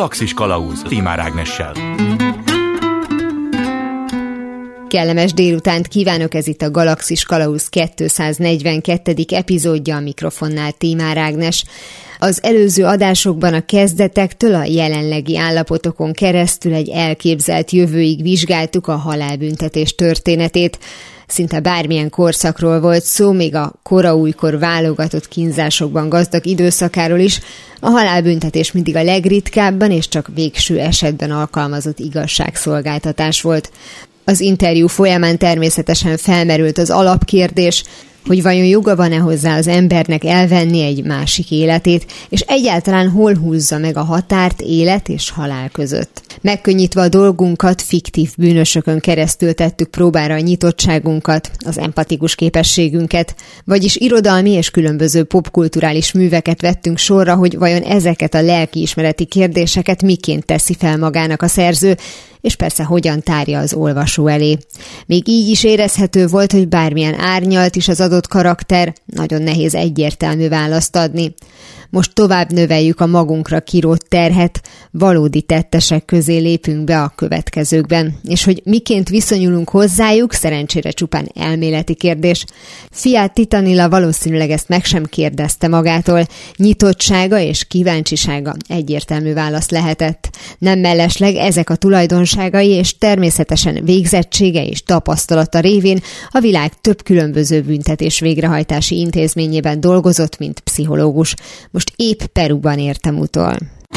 Galaxis Kalauz Tímár Ágnessel. Kellemes délutánt kívánok, ez itt a Galaxis Kalauz 242. epizódja, a mikrofonnál Tímár Ágnes. Az előző adásokban a kezdetektől a jelenlegi állapotokon keresztül egy elképzelt jövőig vizsgáltuk a halálbüntetés történetét. Szinte bármilyen korszakról volt szó, még a kora-újkor válogatott kínzásokban gazdag időszakáról is. A halálbüntetés mindig a legritkábban és csak végső esetben alkalmazott igazságszolgáltatás volt. Az interjú folyamán természetesen felmerült az alapkérdés, hogy vajon joga van-e hozzá az embernek elvenni egy másik életét, és egyáltalán hol húzza meg a határt élet és halál között. Megkönnyítve a dolgunkat, fiktív bűnösökön keresztül tettük próbára a nyitottságunkat, az empatikus képességünket, vagyis irodalmi és különböző popkulturális műveket vettünk sorra, hogy vajon ezeket a lelkiismereti kérdéseket miként teszi fel magának a szerző, és persze hogyan tárja az olvasó elé. Még így is érezhető volt, hogy bármilyen árnyalt is az adott karakter, nagyon nehéz egyértelmű választ adni. Most tovább növeljük a magunkra kirótt terhet, valódi tettesek közé lépünk be a következőkben, és hogy miként viszonyulunk hozzájuk, szerencsére csupán elméleti kérdés. Fiát Titanilla valószínűleg ezt meg sem kérdezte magától, nyitottsága és kíváncsisága egyértelmű válasz lehetett. Nem mellesleg ezek a tulajdonságai és természetesen végzettsége és tapasztalata révén a világ több különböző büntetés végrehajtási intézményében dolgozott, mint pszichológus. Most épp Peruban értem utol.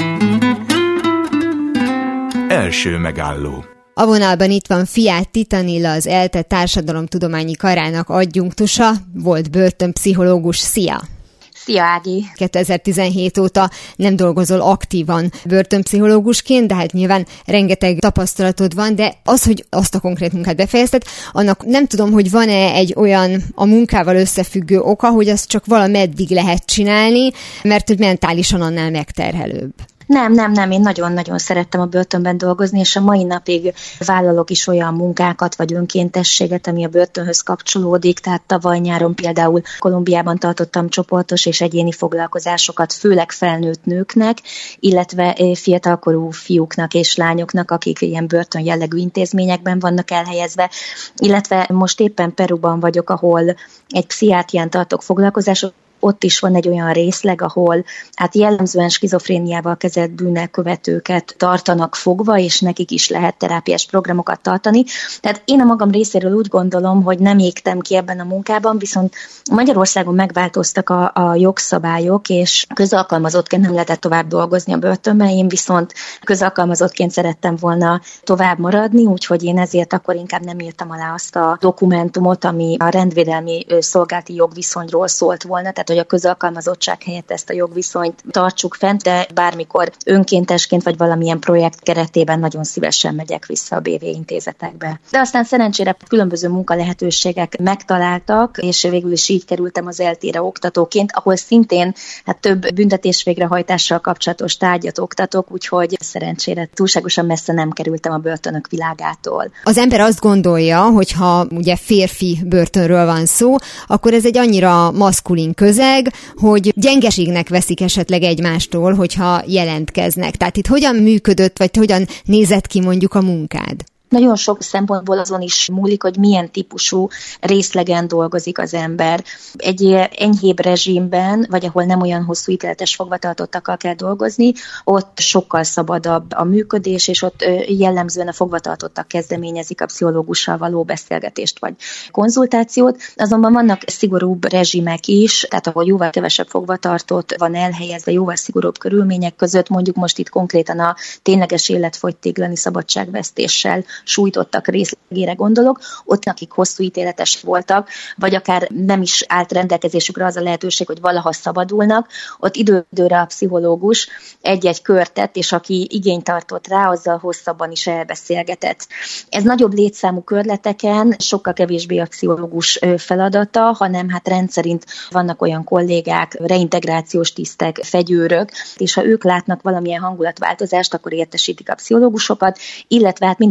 Első megálló. A vonalban itt van Fiát Titanilla, az ELTE társadalomtudományi karának adjunktusa, volt börtönpszichológus. Szia! Szia, Ági! 2017 óta nem dolgozol aktívan börtönpszichológusként, de hát nyilván rengeteg tapasztalatod van, de az, hogy azt a konkrét munkát befejezted, annak nem tudom, hogy van-e egy olyan a munkával összefüggő oka, hogy azt csak valameddig lehet csinálni, mert hogy mentálisan annál megterhelőbb. Nem, én nagyon-nagyon szerettem a börtönben dolgozni, és a mai napig vállalok is olyan munkákat vagy önkéntességet, ami a börtönhöz kapcsolódik, tehát tavaly nyáron például Kolumbiában tartottam csoportos és egyéni foglalkozásokat, főleg felnőtt nőknek, illetve fiatalkorú fiúknak és lányoknak, akik ilyen börtön jellegű intézményekben vannak elhelyezve, illetve most éppen Peruban vagyok, ahol egy pszichiátrián tartok foglalkozásot. Ott is van egy olyan részleg, ahol hát jellemzően skizofréniával kezelt bűnelkövetőket tartanak fogva, és nekik is lehet terápiás programokat tartani. Tehát én a magam részéről úgy gondolom, hogy nem égtem ki ebben a munkában, viszont Magyarországon megváltoztak a jogszabályok, és közalkalmazottként nem lehetett tovább dolgozni a börtönben, én viszont közalkalmazottként szerettem volna tovább maradni, úgyhogy én ezért akkor inkább nem írtam alá azt a dokumentumot, ami a rendvédelmi szolgálati jogviszonyról szólt volna, tehát hogy a közalkalmazottság helyett ezt a jogviszonyt tartsuk fent, de bármikor önkéntesként vagy valamilyen projekt keretében nagyon szívesen megyek vissza a BV intézetekbe. De aztán szerencsére különböző munkalehetőségek megtaláltak, és végül is így kerültem az ELTE-re oktatóként, ahol szintén több büntetés végrehajtással kapcsolatos tárgyat oktatok, úgyhogy szerencsére túlságosan messze nem kerültem a börtönök világától. Az ember azt gondolja, hogy ha ugye férfi börtönről van szó, akkor ez egy annyira maszkulin közeg, hogy gyengeségnek veszik esetleg egymástól, hogyha jelentkeznek. Tehát itt hogyan működött, vagy hogyan nézett ki mondjuk a munkád? Nagyon sok szempontból azon is múlik, hogy milyen típusú részlegen dolgozik az ember. Egy enyhébb rezsimben, vagy ahol nem olyan hosszú ítéletes fogvatartottakkal kell dolgozni, ott sokkal szabadabb a működés, és ott jellemzően a fogvatartottak kezdeményezik a pszichológussal való beszélgetést vagy konzultációt. Azonban vannak szigorúbb rezsimek is, tehát ahol jóval kevesebb fogvatartott van elhelyezve, jóval szigorúbb körülmények között, mondjuk most itt konkrétan a tényleges életfogytiglani szabadságvesztéssel sújtottak részlegére gondolok, ott akik hosszú ítéletes voltak, vagy akár nem is állt rendelkezésükre az a lehetőség, hogy valaha szabadulnak, ott időre a pszichológus egy-egy kört tett, és aki igényt tartott rá, azzal hosszabban is elbeszélgetett. Ez nagyobb létszámú körleteken sokkal kevésbé a pszichológus feladata, hanem rendszerint vannak olyan kollégák, reintegrációs tisztek, fegyőrök, és ha ők látnak valamilyen hangulatváltozást, akkor értesítik a pszichológusokat, illetve minden fogvatartott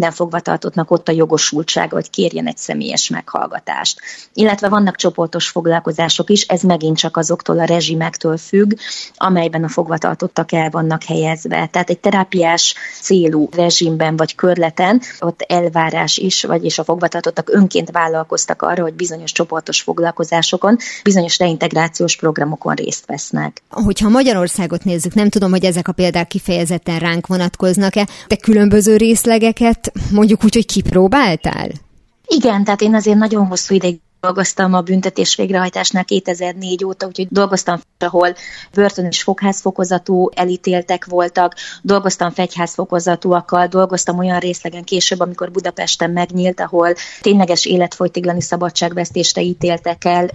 fogvatartottnak ott a jogosultsága, hogy kérjen egy személyes meghallgatást. Illetve vannak csoportos foglalkozások is, ez megint csak azoktól a rezsimektől függ, amelyben a fogvatartottak el vannak helyezve. Tehát egy terápiás célú rezsimben vagy körleten ott elvárás is, vagyis a fogvatartottak önként vállalkoztak arra, hogy bizonyos csoportos foglalkozásokon, bizonyos reintegrációs programokon részt vesznek. Hogyha Magyarországot nézzük, nem tudom, hogy ezek a példák kifejezetten ránk vonatkoznak-e, de különböző részlegeket mondjuk úgy, hogy kipróbáltál? Igen, tehát én azért nagyon hosszú ideig dolgoztam a büntetés végrehajtásnál 2004 óta, úgyhogy dolgoztam, ahol börtön és fogházfokozatú elítéltek voltak, dolgoztam fegyházfokozatúakkal, dolgoztam olyan részlegen később, amikor Budapesten megnyílt, ahol tényleges életfogytiglani szabadságvesztésre ítéltekkel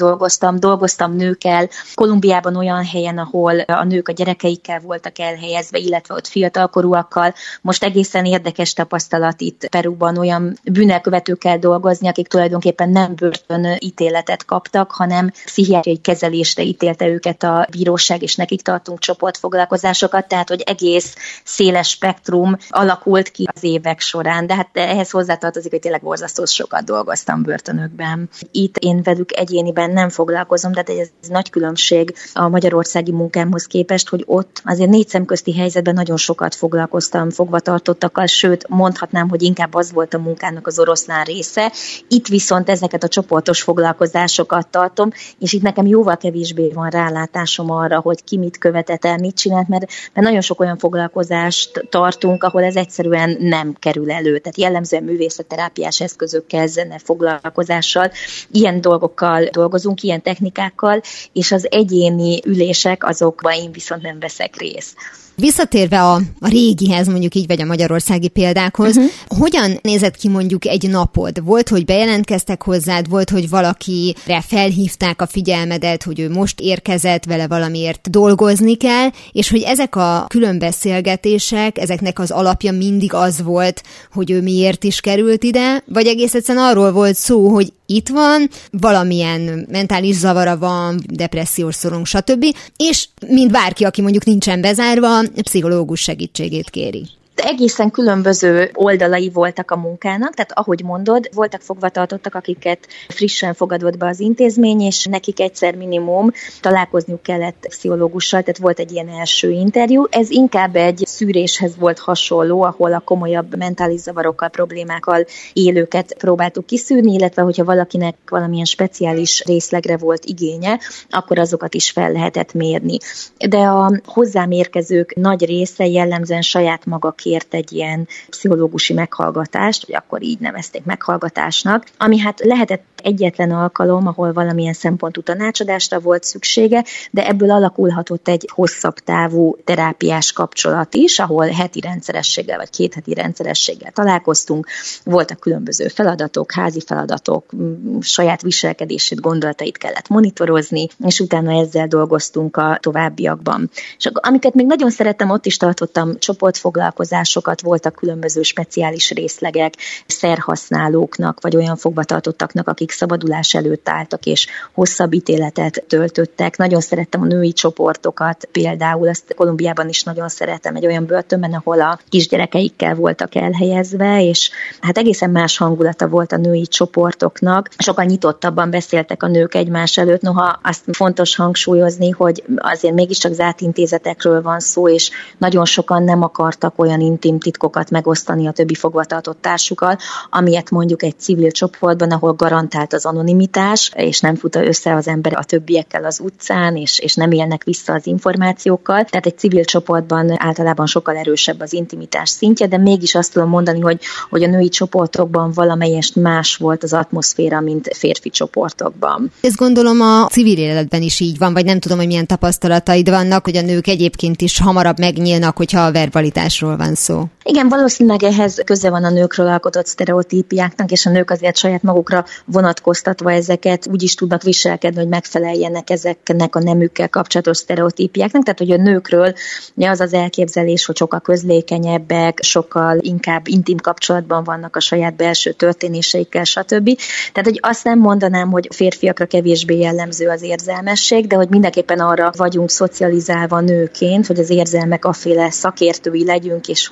dolgoztam nőkkel, Kolumbiában olyan helyen, ahol a nők a gyerekeikkel voltak elhelyezve, illetve ott fiatalkorúakkal. Most egészen érdekes tapasztalat itt Perúban olyan bűnelkövetőkkel dolgozni, akik tulajdonképpen nem ítéletet kaptak, hanem pszichiátriai kezelésre ítélte őket a bíróság, és nekik tartunk csoportfoglalkozásokat, tehát hogy egész széles spektrum alakult ki az évek során, de hát ehhez hozzátartozik, hogy tényleg borzasztó sokat dolgoztam börtönökben. Itt én velük egyéniben nem foglalkozom, de ez nagy különbség a magyarországi munkámhoz képest, hogy ott azért négy szemközti helyzetben nagyon sokat foglalkoztam fogvatartottakkal, sőt mondhatnám, hogy inkább az volt a munkának az oroszlán része. Itt viszont ezeket a csoportos foglalkozásokat tartom, és itt nekem jóval kevésbé van rálátásom arra, hogy ki mit követett el, mit csinált, mert nagyon sok olyan foglalkozást tartunk, ahol ez egyszerűen nem kerül elő. Tehát jellemzően művészetterápiás eszközökkel, zene foglalkozással, ilyen dolgokkal dolgozunk, ilyen technikákkal, és az egyéni ülések, azokban én viszont nem veszek részt. Visszatérve a régihez, mondjuk így, vagy a magyarországi példákhoz, hogyan nézett ki mondjuk egy napod? Volt, hogy bejelentkeztek hozzád, volt, hogy valakire felhívták a figyelmedet, hogy ő most érkezett, vele valamiért dolgozni kell, és hogy ezek a külön beszélgetések, ezeknek az alapja mindig az volt, hogy ő miért is került ide, vagy egész egyszerűen arról volt szó, hogy itt van, valamilyen mentális zavara van, depressziós szorong, stb. És mint bárki, aki mondjuk nincsen bezárva, pszichológus segítségét kéri. Egészen különböző oldalai voltak a munkának, tehát ahogy mondod, voltak fogvatartottak, akiket frissen fogadott be az intézmény, és nekik egyszer minimum találkozniuk kellett pszichológussal, tehát volt egy ilyen első interjú. Ez inkább egy szűréshez volt hasonló, ahol a komolyabb mentális zavarokkal, problémákkal élőket próbáltuk kiszűrni, illetve hogyha valakinek valamilyen speciális részlegre volt igénye, akkor azokat is fel lehetett mérni. De a hozzám érkezők nagy része jellemzően saját maga kért egy ilyen pszichológusi meghallgatást, vagy akkor így nevezték meghallgatásnak, ami hát lehetett egyetlen alkalom, ahol valamilyen szempontú tanácsadásra volt szüksége, de ebből alakulhatott egy hosszabb távú terápiás kapcsolat is, ahol heti rendszerességgel vagy 2 heti rendszerességgel találkoztunk, voltak különböző feladatok, házi feladatok, saját viselkedését, gondolatait kellett monitorozni, és utána ezzel dolgoztunk a továbbiakban. És amiket még nagyon szerettem, ott is tartottam csoportfoglalkozásokat, voltak különböző speciális részlegek szerhasználóknak, vagy olyan fogvatartottaknak, akik szabadulás előtt álltak, és hosszabb ítéletet töltöttek. Nagyon szerettem a női csoportokat, például azt Kolumbiában is nagyon szeretem, egy olyan börtönben, ahol a kisgyerekeikkel voltak elhelyezve, és hát egészen más hangulata volt a női csoportoknak. Sokan nyitottabban beszéltek a nők egymás előtt, noha azt fontos hangsúlyozni, hogy azért mégiscsak zárt intézetekről van szó, és nagyon sokan nem akartak olyan intim titkokat megosztani a többi fogvatartott társukkal, amilyet mondjuk egy civil csoportban, ahol garantált az anonimitás, és nem fut össze az ember a többiekkel az utcán, és nem élnek vissza az információkkal. Tehát egy civil csoportban általában sokkal erősebb az intimitás szintje, de mégis azt tudom mondani, hogy a női csoportokban valamelyest más volt az atmoszféra, mint férfi csoportokban. Ezt gondolom a civil életben is így van, vagy nem tudom, hogy milyen tapasztalataid vannak, hogy a nők egyébként is hamarabb megnyílnak, hogyha a verbalitásról van szó. Igen, valószínűleg ehhez köze van a nőkről alkotott sztereotípiáknak, és a nők azért saját magukra vonatkoztatva ezeket úgy is tudnak viselkedni, hogy megfeleljenek ezeknek a nemükkel kapcsolatos sztereotípiáknak. Tehát, hogy a nőkről az az elképzelés, hogy sokkal közlékenyebbek, sokkal inkább intim kapcsolatban vannak a saját belső történéseikkel, stb. Tehát, hogy azt nem mondanám, hogy férfiakra kevésbé jellemző az érzelmesség, de hogy mindenképpen arra vagyunk szocializálva nőként, hogy az érzelmek afféle szakértői legyünk, és hogy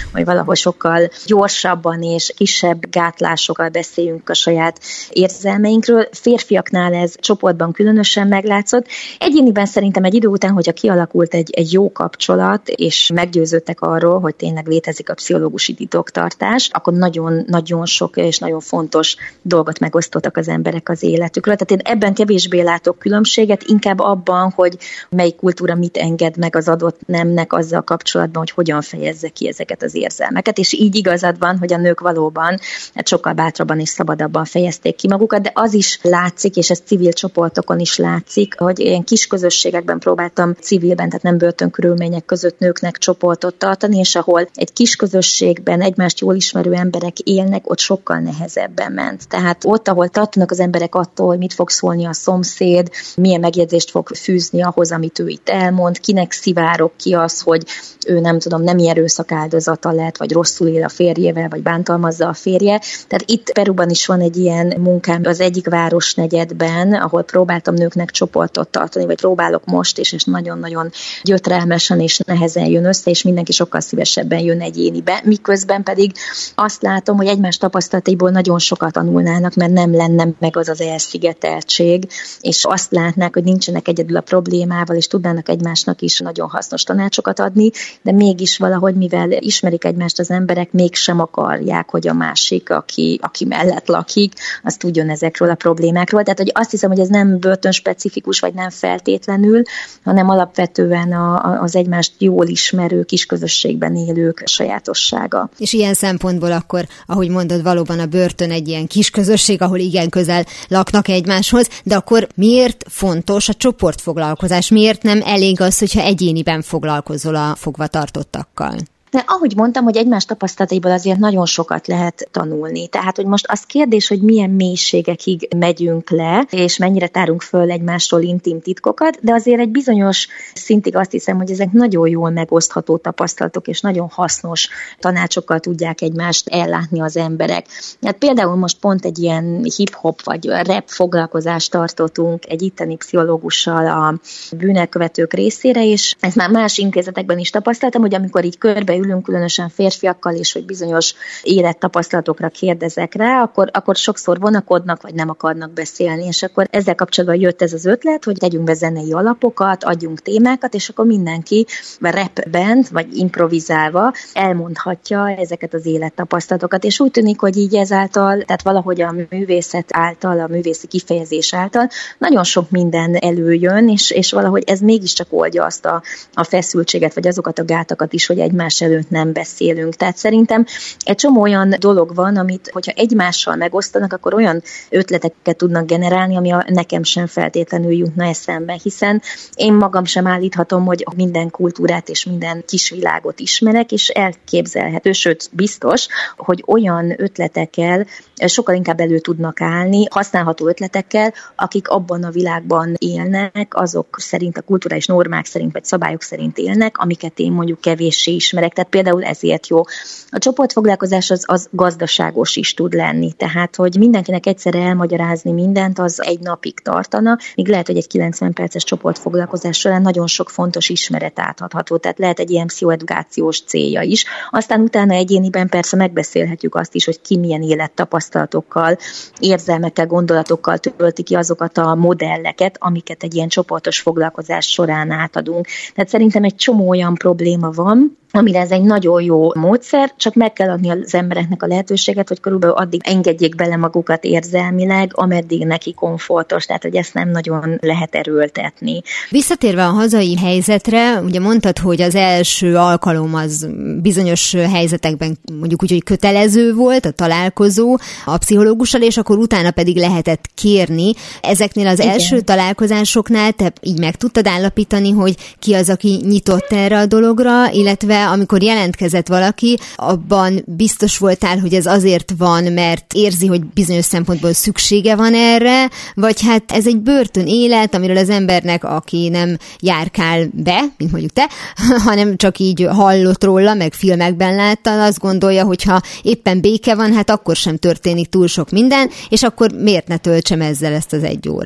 hogy valahol sokkal gyorsabban és kisebb gátlásokkal beszéljünk a saját érzelmeinkről. Férfiaknál ez csoportban különösen meglátszott. Egyéniben szerintem egy idő után, hogyha kialakult egy jó kapcsolat, és meggyőződtek arról, hogy tényleg létezik a pszichológusi titoktartás, akkor nagyon sok és nagyon fontos dolgot megosztottak az emberek az életükről. Tehát én ebben kevésbé látok különbséget, inkább abban, hogy melyik kultúra mit enged meg az adott nemnek azzal kapcsolatban, hogy hogyan fejezze ki ezeket az érzelmeket, és így igazad van, hogy a nők valóban sokkal bátrabban és szabadabban fejezték ki magukat, de az is látszik, és ez civil csoportokon is látszik, hogy ilyen kis közösségekben próbáltam civilben, tehát nem börtönkörülmények között nőknek csoportot tartani, és ahol egy kis közösségben egymást jól ismerő emberek élnek, ott sokkal nehezebben ment. Tehát ott, ahol tartanak az emberek attól, hogy mit fog szólni a szomszéd, milyen megjegyzést fog fűzni ahhoz, amit ő itt elmond, kinek szivárog ki az, hogy ő nemi erőszak áldozata lett, vagy rosszul él a férjével, vagy bántalmazza a férje. Tehát itt Peruban is van egy ilyen munkám az egyik városnegyedben, ahol próbáltam nőknek csoportot tartani, vagy próbálok most, és nagyon-nagyon gyötrelmesen és nehezen jön össze, és mindenki sokkal szívesebben jön egyénibe. Miközben pedig azt látom, hogy egymás tapasztalataiból nagyon sokat tanulnának, mert nem lenne meg az elszigeteltség, és azt látnák, hogy nincsenek egyedül a problémával, és tudnának egymásnak is nagyon hasznos tanácsokat adni, de mégis valahogy, mivel ismerik egymást az emberek, mégsem akarják, hogy a másik, aki mellett lakik, az tudjon ezekről a problémákról. Tehát hogy azt hiszem, hogy ez nem börtönspecifikus, vagy nem feltétlenül, hanem alapvetően az egymást jól ismerő kis közösségben élők sajátossága. És ilyen szempontból akkor, ahogy mondod, valóban a börtön egy ilyen kis közösség, ahol igen közel laknak egymáshoz, de akkor miért fontos a csoportfoglalkozás? Miért nem elég az, hogyha egyéniben foglalkozol a fogvatartottakkal? De ahogy mondtam, hogy egymás tapasztalataiból azért nagyon sokat lehet tanulni. Tehát, hogy most az kérdés, hogy milyen mélységekig megyünk le, és mennyire tárunk föl egymásról intim titkokat, de azért egy bizonyos szintig azt hiszem, hogy ezek nagyon jól megosztható tapasztalatok, és nagyon hasznos tanácsokkal tudják egymást ellátni az emberek. Hát például most pont egy ilyen hip-hop vagy rap foglalkozást tartottunk egy itteni pszichológussal a bűnelkövetők részére, és ezt már más intézetekben is tapasztaltam, hogy amikor így körbe ülünk, különösen férfiakkal, és hogy bizonyos élettapasztalatokra kérdezek rá, akkor sokszor vonakodnak, vagy nem akarnak beszélni, és akkor ezzel kapcsolatban jött ez az ötlet, hogy tegyünk be zenei alapokat, adjunk témákat, és akkor mindenki rapben, vagy improvizálva elmondhatja ezeket az élettapasztalatokat, és úgy tűnik, hogy így ezáltal, tehát valahogy a művészet által, a művészi kifejezés által nagyon sok minden előjön, és valahogy ez mégiscsak oldja azt a feszültséget, vagy azokat a gátakat is, hogy egymás előtt nem beszélünk. Tehát szerintem egy csomó olyan dolog van, amit, hogyha egymással megosztanak, akkor olyan ötleteket tudnak generálni, ami nekem sem feltétlenül jutna eszembe, hiszen én magam sem állíthatom, hogy minden kultúrát és minden kisvilágot ismerek, és elképzelhető, sőt biztos, hogy olyan ötletekkel sokkal inkább elő tudnak állni, használható ötletekkel, akik abban a világban élnek, azok szerint, a kulturális normák szerint, vagy szabályok szerint élnek, amiket én mondjuk kevéssé ismerek. Tehát például ezért jó. A csoportfoglalkozás az gazdaságos is tud lenni. Tehát, hogy mindenkinek egyszerre elmagyarázni mindent, az egy napig tartana, míg lehet, hogy egy 90 perces csoportfoglalkozás során nagyon sok fontos ismeret átadható. Tehát lehet egy ilyen pszichoedukációs célja is. Aztán utána egyéniben persze megbeszélhetjük azt is, hogy ki milyen élettapasztalatokkal, érzelmekkel, gondolatokkal tölti ki azokat a modelleket, amiket egy ilyen csoportos foglalkozás során átadunk. Tehát szerintem egy csomó olyan probléma van, amire ez egy nagyon jó módszer, csak meg kell adni az embereknek a lehetőséget, hogy körülbelül addig engedjék bele magukat érzelmileg, ameddig neki komfortos, tehát hogy ezt nem nagyon lehet erőltetni. Visszatérve a hazai helyzetre, ugye mondtad, hogy az első alkalom az bizonyos helyzetekben mondjuk úgy, hogy kötelező volt a találkozó a pszichológussal, és akkor utána pedig lehetett kérni. Ezeknél az első találkozásoknál te így meg tudtad állapítani, hogy ki az, aki nyitott erre a dologra, illetve amikor jelentkezett valaki, abban biztos voltál, hogy ez azért van, mert érzi, hogy bizonyos szempontból szüksége van erre, vagy hát ez egy börtön élet, amiről az embernek, aki nem járkál be, mint mondjuk te, hanem csak így hallott róla, meg filmekben látta, azt gondolja, hogy ha éppen béke van, hát akkor sem történik túl sok minden, és akkor miért ne töltsem ezzel ezt az 1 órát?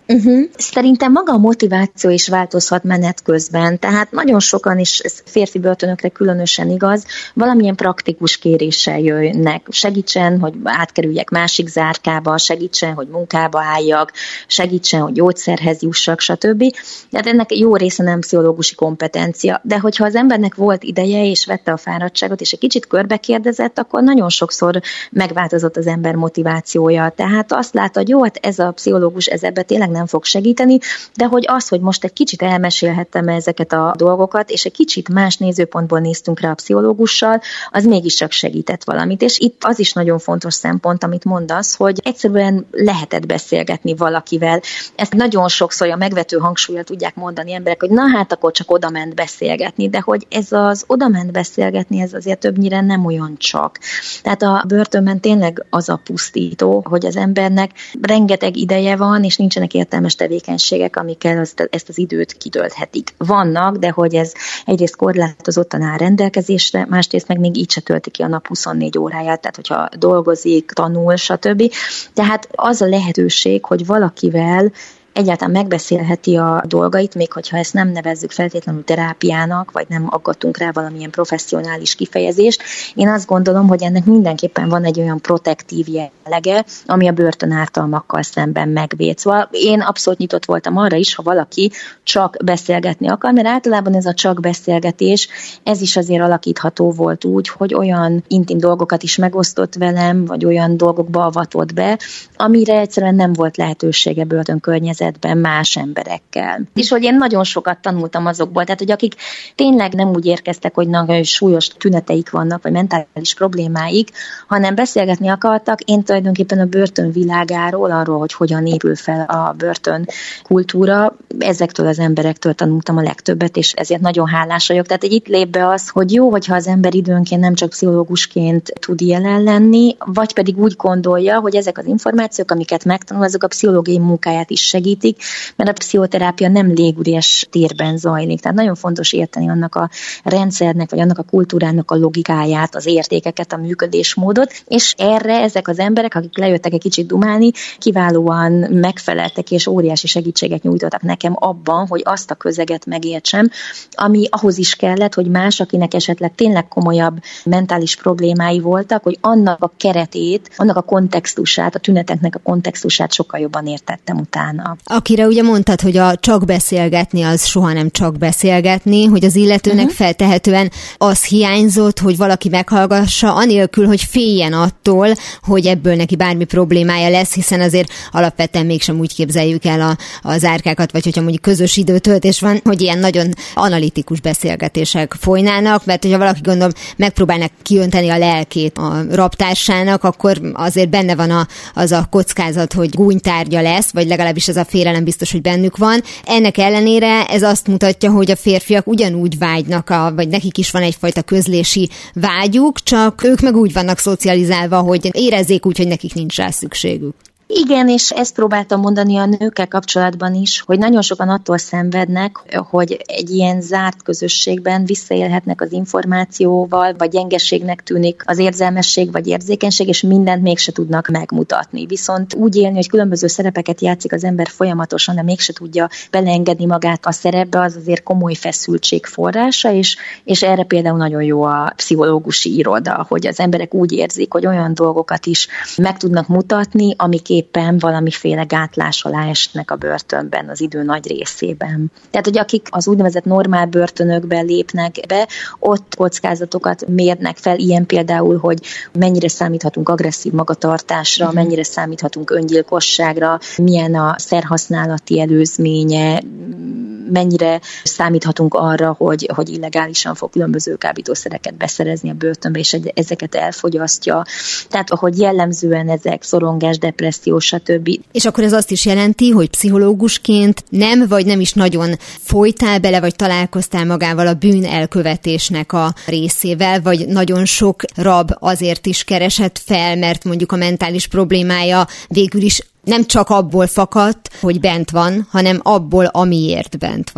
Szerintem maga a motiváció is változhat menet közben, tehát nagyon sokan, és ez férfi börtönökre különösen igaz, valamilyen praktikus kéréssel jönnek. Segítsen, hogy átkerüljek másik zárkába, segítsen, hogy munkába álljak, segítsen, hogy gyógyszerhez jussak, stb. Tehát ennek jó része nem pszichológusi kompetencia, de hogyha az embernek volt ideje, és vette a fáradtságot, és egy kicsit körbekérdezett, akkor nagyon sokszor megváltozott az ember motivációja. Tehát azt látta, hogy jó, hát ez a pszichológus, ez ebbe tényleg nem fog segíteni, de hogy most egy kicsit elmesélhettem ezeket a dolgokat, és egy kicsit más nézőpontból néztünk rá a pszichológussal, az mégiscsak segített valamit. És itt az is nagyon fontos szempont, amit mondasz, hogy egyszerűen lehetett beszélgetni valakivel. Ezt nagyon sokszor a megvető hangsúlyjal tudják mondani emberek, hogy na hát akkor csak odament beszélgetni, de hogy ez az odament beszélgetni, ez azért többnyire nem olyan csak. Tehát a börtönben tényleg az a pusztító, hogy az embernek rengeteg ideje van, és nincsenek értelmes tevékenységek, amikkel ezt az időt kitölthetik. Vannak, de hogy ez egyrészt korlátozottan áll rendelkezésre, másrészt meg még így se tölti ki a nap 24 óráját, tehát hogyha dolgozik, tanul, stb. Tehát az a lehetőség, hogy valakivel egyáltalán megbeszélheti a dolgait, még hogyha ezt nem nevezzük feltétlenül terápiának, vagy nem aggatunk rá valamilyen professzionális kifejezést. Én azt gondolom, hogy ennek mindenképpen van egy olyan protektív jellege, ami a börtönártalmakkal szemben megvéd. Szóval én abszolút nyitott voltam arra is, ha valaki csak beszélgetni akar, mert általában ez a csak beszélgetés, ez is azért alakítható volt úgy, hogy olyan intim dolgokat is megosztott velem, vagy olyan dolgokba avatott be, amire egyszerűen nem volt lehetősége börtönkörnyezetben más emberekkel. És hogy én nagyon sokat tanultam azokból, tehát hogy akik tényleg nem úgy érkeztek, hogy nagyon súlyos tüneteik vannak, vagy mentális problémáik, hanem beszélgetni akartak, én tulajdonképpen a börtön világáról, arról, hogy hogyan épül fel a börtön kultúra, ezektől az emberektől tanultam a legtöbbet, és ezért nagyon hálás vagyok. Tehát itt lép be az, hogy jó, hogyha az ember időnként nem csak pszichológusként tud jelen lenni, vagy pedig úgy gondolja, hogy ezek az információk, amiket megtanul, azok a pszichológiai munkáját is segítik, mert a pszichoterápia nem légüres térben zajlik. Tehát nagyon fontos érteni annak a rendszernek, vagy annak a kultúrának a logikáját, az értékeket, a működésmódot, és erre ezek az emberek, akik lejöttek egy kicsit dumálni, kiválóan megfeleltek, és óriási segítséget nyújtottak nekem abban, hogy azt a közeget megértsem, ami ahhoz is kellett, hogy más, akinek esetleg tényleg komolyabb mentális problémái voltak, hogy annak a keretét, annak a kontextusát, a tüneteknek a kontextusát sokkal jobban értettem utána. Akire ugye mondtad, hogy a csak beszélgetni az soha nem csak beszélgetni, hogy az illetőnek feltehetően az hiányzott, hogy valaki meghallgassa, anélkül, hogy féljen attól, hogy ebből neki bármi problémája lesz, hiszen azért alapvetően mégsem úgy képzeljük el az árkákat, vagy hogyha mondjuk közös időtöltés van, hogy ilyen nagyon analitikus beszélgetések folynának, mert hogyha valaki gondolom megpróbálnak kiönteni a lelkét a rabtársának, akkor azért benne van az a kockázat, hogy gúnytárgya lesz, vagy legalábbis ez a félelem biztos, hogy bennük van. Ennek ellenére ez azt mutatja, hogy a férfiak ugyanúgy vágynak, vagy nekik is van egyfajta közlési vágyuk, csak ők meg úgy vannak szocializálva, hogy érezzék úgy, hogy nekik nincs rá szükségük. Igen, és ezt próbáltam mondani a nőkkel kapcsolatban is, hogy nagyon sokan attól szenvednek, hogy egy ilyen zárt közösségben visszaélhetnek az információval, vagy gyengeségnek tűnik az érzelmesség vagy érzékenység, és mindent mégse tudnak megmutatni. Viszont úgy élni, hogy különböző szerepeket játszik az ember folyamatosan, de mégse tudja beleengedni magát a szerepbe, az azért komoly feszültség forrása, és erre például nagyon jó a pszichológusi iroda, hogy az emberek úgy érzik, hogy olyan dolgokat is meg tudnak mutatni, amik éppen valamiféle gátlás alá esnek a börtönben az idő nagy részében. Tehát, hogy akik az úgynevezett normál börtönökben lépnek be, ott kockázatokat mérnek fel, ilyen például, hogy mennyire számíthatunk agresszív magatartásra, mennyire számíthatunk öngyilkosságra, milyen a szerhasználati előzménye, mennyire számíthatunk arra, hogy illegálisan fog különböző kábítószereket beszerezni a börtönbe, és ezeket elfogyasztja. Tehát, hogy jellemzően ezek szorongás, depresszió, stb. És akkor ez azt is jelenti, hogy pszichológusként nem, vagy nem is nagyon folytál bele, vagy találkoztál magával a bűn elkövetésnek a részével, vagy nagyon sok rab azért is keresett fel, mert mondjuk a mentális problémája végül is nem csak abból fakadt, hogy bent van, hanem abból, amiért bent van.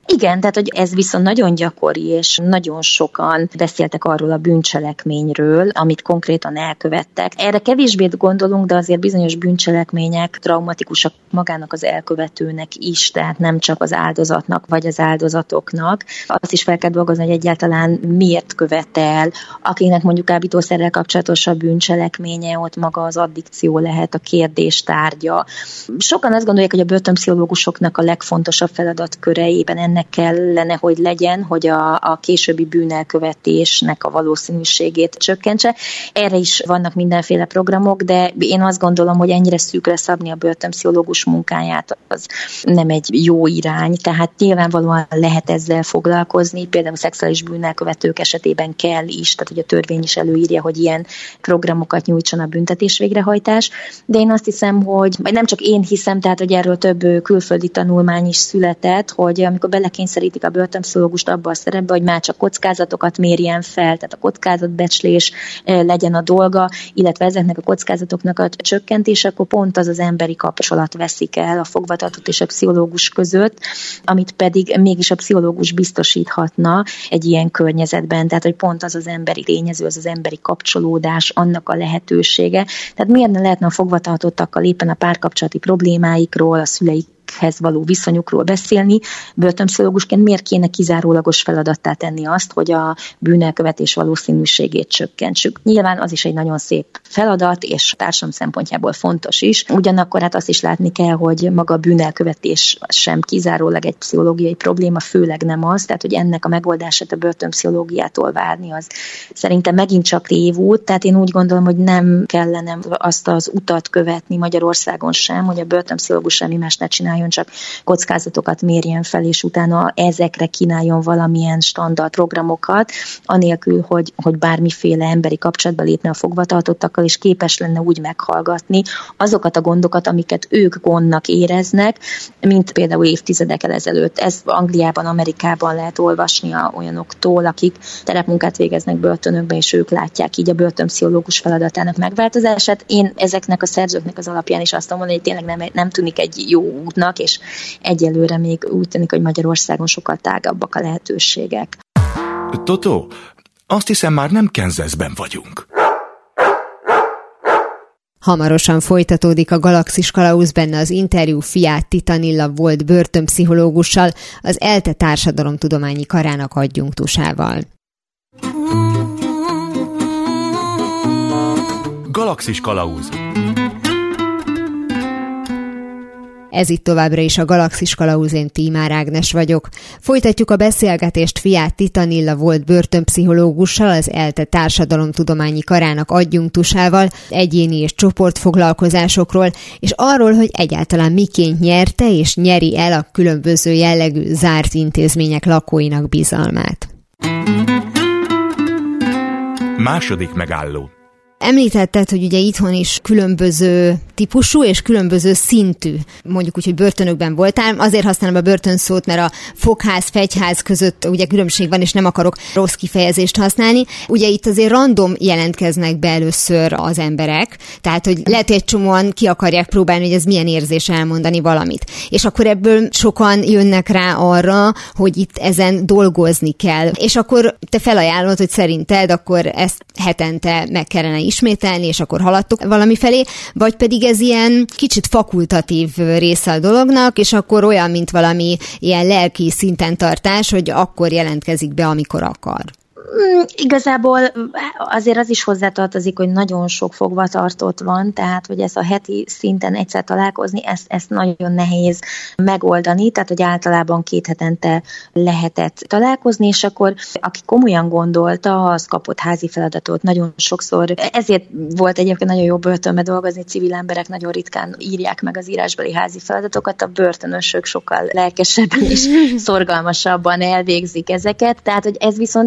Igen, tehát hogy ez viszont nagyon gyakori, és nagyon sokan beszéltek arról a bűncselekményről, amit konkrétan elkövettek. Erre kevésbé gondolunk, de azért bizonyos bűncselekmények traumatikusak magának az elkövetőnek is, tehát nem csak az áldozatnak vagy az áldozatoknak. Azt is fel kell dolgozni, hogy egyáltalán miért követel, akiknek mondjuk kábítószerrel kapcsolatos a bűncselekménye, ott maga az addikció lehet a kérdés tárgya. Sokan azt gondolják, hogy a börtönpszichológusoknak a legfontosabb feladatkörében ennek kellene, hogy legyen, hogy a későbbi bűnelkövetésnek a valószínűségét csökkentse. Erre is vannak mindenféle programok, de én azt gondolom, hogy ennyire szűkre szabni a börtönpszichológus munkáját, az nem egy jó irány. Tehát nyilvánvalóan lehet ezzel foglalkozni, például szexuális bűnelkövetők esetében kell is, tehát hogy a törvény is előírja, hogy ilyen programokat nyújtson a büntetés végrehajtás, de én azt hiszem, hogy nem csak én hiszem, tehát hogy erről több külföldi tanulmány is született, hogy amikor belekényszerítik a börtönpszichológust abba a szerepbe, hogy már csak kockázatokat mérjen fel, tehát a kockázatbecslés legyen a dolga, illetve ezeknek a kockázatoknak a csökkentése, akkor pont az emberi kapcsolat veszik el a fogvatartott és a pszichológus között, amit pedig mégis a pszichológus biztosíthatna egy ilyen környezetben, tehát hogy pont az emberi tényező, az emberi kapcsolódás, annak a lehetősége. Tehát miért ne lehetne a fogvatartottakkal éppen a párkapcsolati problémáikról, a szüleikhez való viszonyukról beszélni, börtönpszichológusként miért kéne kizárólagos feladattá tenni azt, hogy a bűnelkövetés valószínűségét csökkentsük. Nyilván az is egy nagyon szép feladat, és társadalom szempontjából fontos is. Ugyanakkor hát azt is látni kell, hogy maga a bűnelkövetés sem kizárólag egy pszichológiai probléma, főleg nem az, tehát hogy ennek a megoldását a börtönpszichológiától várni, az szerintem megint csak tévút, tehát én úgy gondolom, hogy nem kellene azt az utat követni Magyarországon sem, hogy a börtönpszichológus semmi más ne csináljon, csak kockázatokat mérjen fel, és utána ezekre kínáljon valamilyen standard programokat, anélkül, hogy bármiféle emberi kapcsolatba lépne a fogvatartottakkal, és képes lenne úgy meghallgatni azokat a gondokat, amiket ők gondnak éreznek, mint például évtizedekkel ezelőtt. Ez Angliában, Amerikában lehet olvasni olyanoktól, akik terepmunkát végeznek börtönökben, és ők látják így a börtönpszichológus feladatának megváltozását. Én ezeknek a szerzőknek az alapján is azt mondom, hogy tényleg nem tűnik egy jó útnak, és egyelőre még úgy tűnik, hogy Magyarországon sokkal tágabbak a lehetőségek. Totó, azt hiszem már nem Kansasben vagyunk. Hamarosan folytatódik a Galaxis Kalauz, benne az interjú Fiát Titanilla volt börtönpszichológussal, az ELTE Társadalomtudományi Karának adjunktusával. Galaxis Kalauz. Ez itt továbbra is a Galaxis Kalauz, én Tímár Ágnes vagyok. Folytatjuk a beszélgetést Fiát Titanilla volt börtönpszichológussal, az ELTE Társadalomtudományi Karának adjunktusával, egyéni és csoportfoglalkozásokról, és arról, hogy egyáltalán miként nyerte és nyeri el a különböző jellegű zárt intézmények lakóinak bizalmát. Második megálló. Említetted, hogy ugye itthon is különböző típusú és különböző szintű, mondjuk úgy, hogy börtönökben voltál. Azért használom a börtönszót, mert a fogház, fegyház között ugye különbség van, és nem akarok rossz kifejezést használni. Ugye itt azért random jelentkeznek be először az emberek, tehát hogy lehet, hogy egy csomóan ki akarják próbálni, hogy ez milyen érzés elmondani valamit. És akkor ebből sokan jönnek rá arra, hogy itt ezen dolgozni kell. És akkor te felajánlod, hogy szerinted akkor ezt hetente meg kellene ismételni, és akkor haladtuk valami felé, vagy pedig ez ilyen kicsit fakultatív része a dolognak, és akkor olyan, mint valami ilyen lelki szinten tartás, hogy akkor jelentkezik be, amikor akar. Igazából azért az is hozzátartozik, hogy nagyon sok fogvatartott van, tehát hogy ezt a heti szinten egyszer találkozni, ezt nagyon nehéz megoldani, tehát hogy általában 2 hetente lehetett találkozni, és akkor aki komolyan gondolta, az kapott házi feladatot nagyon sokszor. Ezért volt egyébként nagyon jó börtönbe dolgozni, civil emberek nagyon ritkán írják meg az írásbeli házi feladatokat, a börtönösök sokkal lelkesebben és szorgalmasabban elvégzik ezeket, tehát hogy ez viszont jó, mert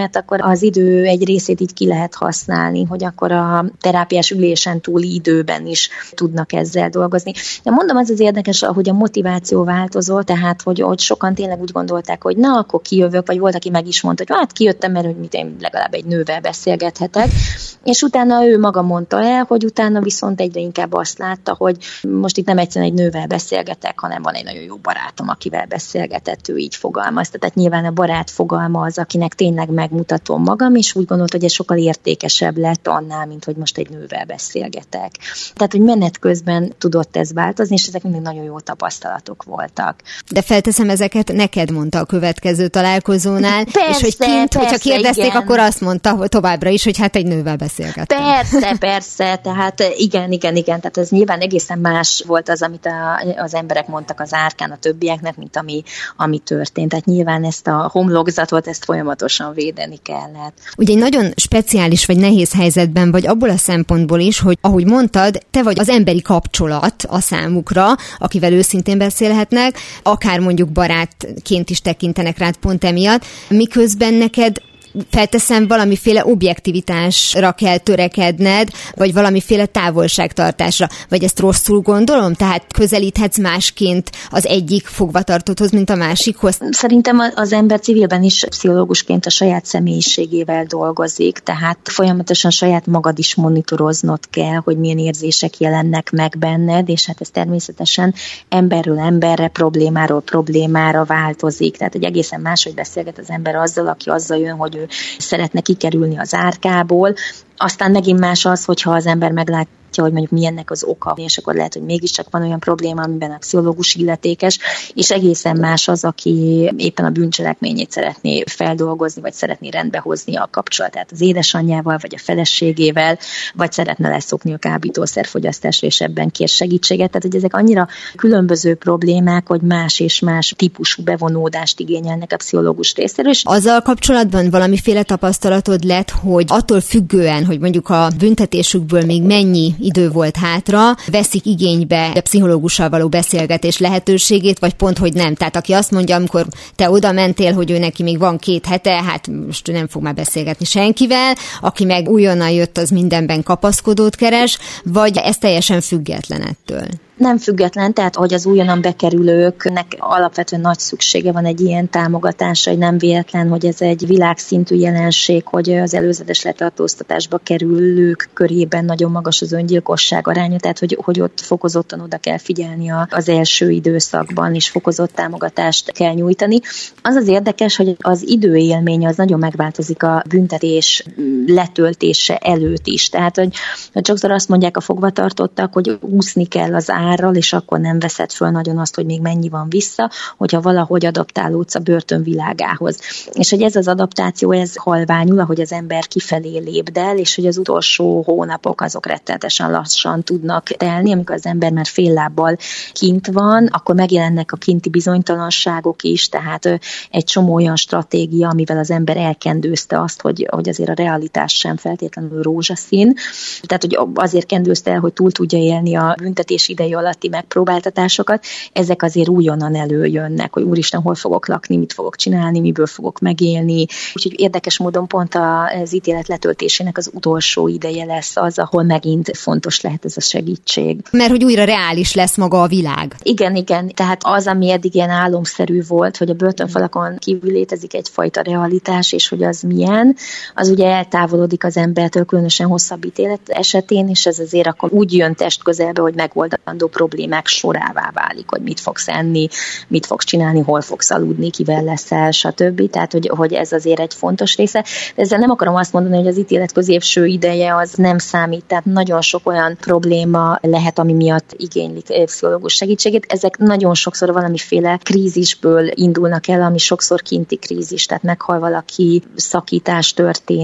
mert akkor az idő egy részét így ki lehet használni, hogy akkor a terápiás ülésen túli időben is tudnak ezzel dolgozni. De mondom, az érdekes, hogy a motiváció változó, tehát hogy sokan tényleg úgy gondolták, hogy na, akkor kijövök, vagy volt, aki meg is mondta, hogy hát kijöttem, mert hogy én legalább egy nővel beszélgethetek, és utána ő maga mondta el, hogy utána viszont egyre inkább azt látta, hogy most itt nem egyszerűen egy nővel beszélgetek, hanem van egy nagyon jó barátom, akivel beszélgetett, ő így fogalmazta. Tehát nyilván a barát fogalma az, akinek tényleg megmutatom magam, és úgy gondolt, hogy ez sokkal értékesebb lett annál, mint hogy most egy nővel beszélgetek. Tehát, hogy menet közben tudott ez változni, és ezek mindig nagyon jó tapasztalatok voltak. De felteszem, ezeket neked mondta a következő találkozónál, persze, és hogy kint, persze, hogyha kérdezték, igen. Akkor azt mondta hogy továbbra is, hogy hát egy nővel beszélgettem. Persze, tehát igen, tehát ez nyilván egészen más volt az, amit az emberek mondtak az árkán a többieknek, mint ami történt. Tehát nyilván ezt a homlokzatot, ezt folyamatosan védeni kellett. Ugye egy nagyon speciális vagy nehéz helyzetben vagy abból a szempontból is, hogy ahogy mondtad, te vagy az emberi kapcsolat a számukra, akivel őszintén beszélhetnek, akár mondjuk barátként is tekintenek rád pont emiatt, miközben neked felteszem, valamiféle objektivitásra kell törekedned, vagy valamiféle távolságtartásra. Vagy ezt rosszul gondolom? Tehát közelíthetsz másként az egyik fogvatartotthoz, mint a másikhoz? Szerintem az ember civilben is pszichológusként a saját személyiségével dolgozik, tehát folyamatosan saját magad is monitoroznod kell, hogy milyen érzések jelennek meg benned, és hát ez természetesen emberről emberre, problémáról problémára változik. Tehát, hogy egészen máshogy beszélget az ember azzal, aki azzal jön, hogy ő szeretne kikerülni az árkából. Aztán megint más az, hogyha az ember meglátja, hogy mondjuk mi ennek az oka, és akkor lehet, hogy mégiscsak van olyan probléma, amiben a pszichológus illetékes, és egészen más az, aki éppen a bűncselekményét szeretné feldolgozni, vagy szeretné rendbehozni a kapcsolatát az édesanyjával, vagy a feleségével, vagy szeretne leszokni a kábítószerfogyasztásra, és ebben kér segítséget. Tehát, hogy ezek annyira különböző problémák, hogy más és más típusú bevonódást igényelnek a pszichológus részéről. Azzal kapcsolatban valamiféle tapasztalatod lett, hogy attól függően, hogy mondjuk a büntetésükből még mennyi idő volt hátra, veszik igénybe a pszichológussal való beszélgetés lehetőségét, vagy pont, hogy nem. Tehát aki azt mondja, amikor te oda mentél, hogy ő neki még van 2 hete, hát most nem fog már beszélgetni senkivel, aki meg újonnan jött, az mindenben kapaszkodót keres, vagy ez teljesen független ettől? Nem független, tehát hogy az újonnan bekerülőknek alapvetően nagy szüksége van egy ilyen támogatásra, hogy nem véletlen, hogy ez egy világszintű jelenség, hogy az előzetes letartóztatásba kerülők körében nagyon magas az öngyilkosság aránya, tehát hogy ott fokozottan oda kell figyelni az első időszakban, és fokozott támogatást kell nyújtani. Az érdekes, hogy az időélmény az nagyon megváltozik a büntetés letöltése előtt is. Tehát, hogy sokszor azt mondják a fogvatartottak, hogy úszni kell az árral, és akkor nem veszed föl nagyon azt, hogy még mennyi van vissza, hogyha valahogy adaptálódsz a börtön világához. És hogy ez az adaptáció, ez halványul, ahogy az ember kifelé lépdel, és hogy az utolsó hónapok azok rettenetesen lassan tudnak telni, amikor az ember már fél lábbal kint van, akkor megjelennek a kinti bizonytalanságok is, tehát egy csomó olyan stratégia, amivel az ember elkendőzte azt, hogy azért a realitás sem feltétlenül rózsaszín. Tehát, hogy azért kendőzte el, hogy túl tudja élni a büntetés idei alatti megpróbáltatásokat, ezek azért újonnan előjönnek, hogy úristen, hol fogok lakni, mit fogok csinálni, miből fogok megélni. Úgyhogy érdekes módon pont az ítélet letöltésének az utolsó ideje lesz az, ahol megint fontos lehet ez a segítség. Mert hogy újra reális lesz maga a világ. Igen. Tehát az, ami eddig ilyen álomszerű volt, hogy a börtönfalakon kívül létezik egyfajta realitás, és hogy az milyen, az ugye eltávolodik az embertől, különösen hosszabb ítélet esetén, és ez azért akkor úgy jön test közelbe, hogy megoldandó problémák sorává válik, hogy mit fogsz enni, mit fogsz csinálni, hol fogsz aludni, kivel leszel, stb. Tehát, hogy ez azért egy fontos része. De ezzel nem akarom azt mondani, hogy az ítélet középső ideje az nem számít, tehát nagyon sok olyan probléma lehet, ami miatt igénylik pszichológus segítségét. Ezek nagyon sokszor valamiféle krízisből indulnak el, ami sokszor kinti krízis, tehát meghal valaki, szakítás történik be a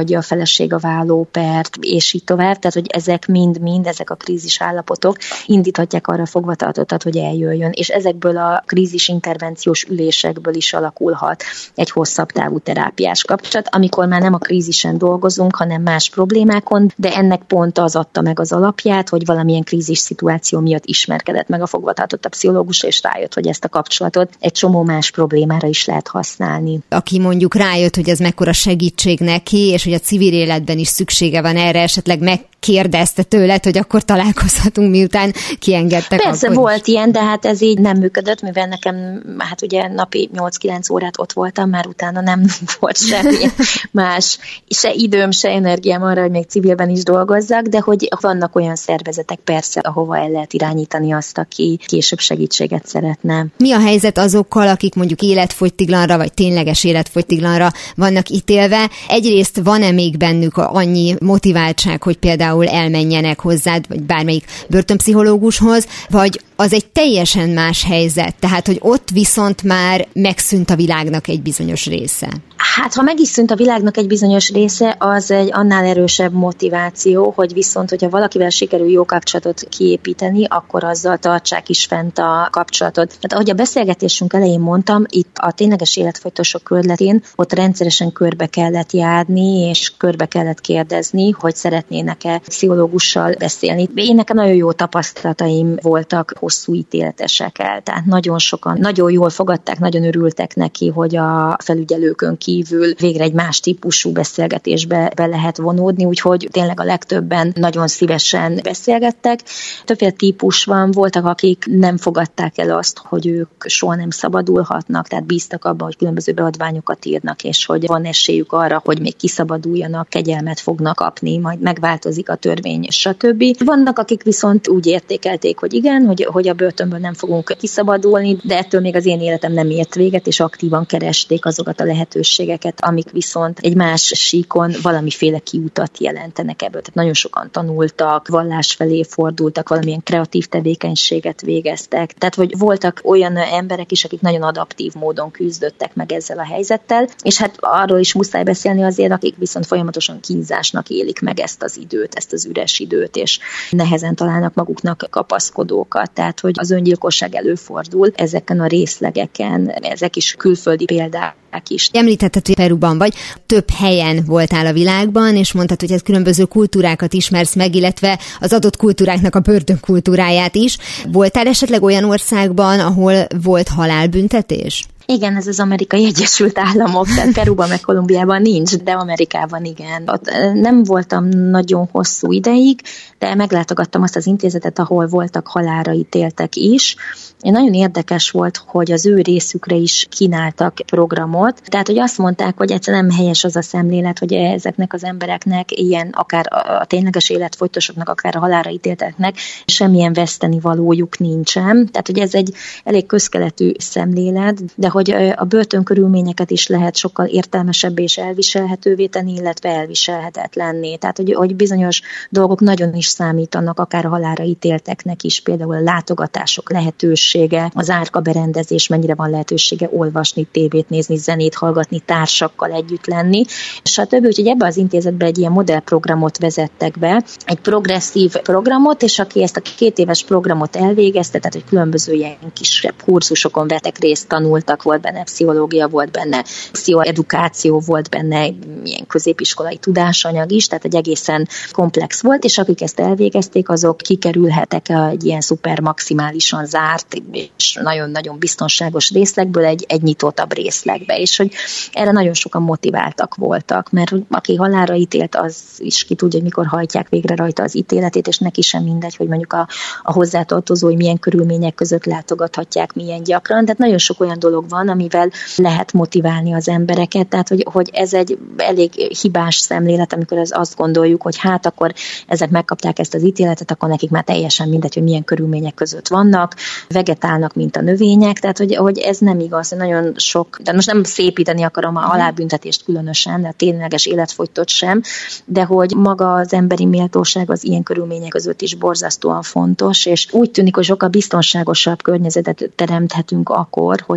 adja a feleség a vállópert, és így tovább. Tehát, hogy ezek mind ezek a krízis állapotok indíthatják arra a fogvatartottat, hogy eljöjjön. És ezekből a krízis intervenciós ülésekből is alakulhat egy hosszabb távú terápiás kapcsolat, amikor már nem a krízisen dolgozunk, hanem más problémákon, de ennek pont az adta meg az alapját, hogy valamilyen krízis szituáció miatt ismerkedett meg a fogvatartott a pszichológus, és rájött, hogy ezt a kapcsolatot egy csomó más problémára is lehet használni. Aki mondjuk rájött, hogy ez mekkora segítség neki, és hogy a civil életben is szüksége van erre, esetleg megkérdezte tőled, hogy akkor találkozhatunk, miután kiengedtek. Persze volt ilyen, de hát ez így nem működött, mivel nekem, hát ugye napi 8-9 órát ott voltam, már utána nem volt semmi más, se időm, se energiám arra, hogy még civilben is dolgozzak, de hogy vannak olyan szervezetek persze, ahova el lehet irányítani azt, aki később segítséget szeretne. Mi a helyzet azokkal, akik mondjuk életfogytiglanra, vagy tényleges életfogytiglanra vannak ítélve? Egyrészt van-e még bennük annyi motiváltság, hogy például elmenjenek hozzád, vagy bármelyik börtönpszichológushoz, vagy az egy teljesen más helyzet, tehát hogy ott viszont már megszűnt a világnak egy bizonyos része? Hát, ha meg is szűnt a világnak egy bizonyos része, az egy annál erősebb motiváció, hogy viszont, hogyha valakivel sikerül jó kapcsolatot kiépíteni, akkor azzal tartsák is fent a kapcsolatot. Tehát ahogy a beszélgetésünk elején mondtam, itt a tényleges életfogytosok körletén ott rendszeresen körbe kellett járni, és körbe kellett kérdezni, hogy szeretnének-e pszichológussal beszélni. Én nekem nagyon jó tapasztalataim voltak hosszú ítéletesekkel, tehát nagyon sokan nagyon jól fogadták, nagyon örültek neki, hogy a felügyelőkön kívül végre egy más típusú beszélgetésbe be lehet vonódni, úgyhogy tényleg a legtöbben nagyon szívesen beszélgettek. Többféle típus van, voltak, akik nem fogadták el azt, hogy ők soha nem szabadulhatnak, tehát bíztak abban, hogy különböző beadványokat írnak, és hogy van esélyük arra, hogy még kiszabaduljanak, kegyelmet fognak kapni, majd megváltozik a törvény, stb. Vannak, akik viszont úgy értékelték, hogy igen, hogy a börtönből nem fogunk kiszabadulni, de ettől még az én életem nem ért véget, és aktívan keresték azokat a lehetőségeket, amik viszont egy más síkon valamiféle kiutat jelentenek ebből. Tehát nagyon sokan tanultak, vallás felé fordultak, valamilyen kreatív tevékenységet végeztek. Tehát, hogy voltak olyan emberek is, akik nagyon adaptív módon küzdöttek meg ezzel a helyzettel, és hát arról is muszáj beszélni azért, akik viszont folyamatosan kínzásnak élik meg ezt az időt, ezt az üres időt, és nehezen találnak maguknak kapaszkodókat. Tehát, hogy az öngyilkosság előfordul ezeken a részlegeken, ezek is külföldi példák is. Említetted, hogy Peruban vagy, több helyen voltál a világban, és mondtad, hogy ez különböző kultúrákat ismersz meg, illetve az adott kultúráknak a börtönkultúráját is. Voltál esetleg olyan országban, ahol volt halálbüntetés? Igen, ez az Amerikai Egyesült Államok, tehát Peruban meg Kolumbiában nincs, de Amerikában igen. Ott nem voltam nagyon hosszú ideig, de meglátogattam azt az intézetet, ahol voltak halálra ítéltek is. Nagyon érdekes volt, hogy az ő részükre is kínáltak programot. Tehát, hogy azt mondták, hogy egyszerűen nem helyes az a szemlélet, hogy ezeknek az embereknek, ilyen akár a tényleges életfogytosoknak, akár a halálra ítélteknek semmilyen vesztenivalójuk nincsen. Tehát, hogy ez egy elég közkeletű szemlélet, de hogy a börtönkörülményeket is lehet sokkal értelmesebbé és elviselhetővé tenni, illetve elviselhetetlenné. Tehát, hogy bizonyos dolgok nagyon is számítanak, akár a halálra ítélteknek is, például a látogatások lehetősége, az árkaberendezés, mennyire van lehetősége olvasni, tévét nézni, zenét hallgatni, társakkal együtt lenni, stb. Úgyhogy ebbe az intézetbe egy ilyen modellprogramot vezettek be, egy progresszív programot, és aki ezt a 2 éves programot elvégezte, tehát hogy különböző ilyen kisebb kurzusokon vettek részt, tanultak, volt benne pszichológia, volt benne pszichoedukáció, volt benne ilyen középiskolai tudásanyag is, tehát egy egészen komplex volt, és akik ezt elvégezték, azok kikerülhetek egy ilyen szuper maximálisan zárt és nagyon-nagyon biztonságos részlegből egy nyitottabb részlegbe, és hogy erre nagyon sokan motiváltak voltak, mert aki halálra ítélt, az is ki tudja, hogy mikor hajtják végre rajta az ítéletét, és neki sem mindegy, hogy mondjuk a hozzátartozói milyen körülmények között látogathatják, milyen gyakran, tehát nagyon sok olyan dolog van, amivel lehet motiválni az embereket, tehát hogy ez egy elég hibás szemlélet, amikor azt gondoljuk, hogy hát akkor ezek megkapták ezt az ítéletet, akkor nekik már teljesen mindegy, hogy milyen körülmények között vannak, vegetálnak, mint a növények, tehát hogy ez nem igaz, nagyon sok, de most nem szépíteni akarom a halálbüntetést különösen, de a tényleges életfogytott sem, de hogy maga az emberi méltóság az ilyen körülmények között is borzasztóan fontos, és úgy tűnik, hogy sokkal biztonságosabb környezetet teremthetünk akkor, hogyha ezeknek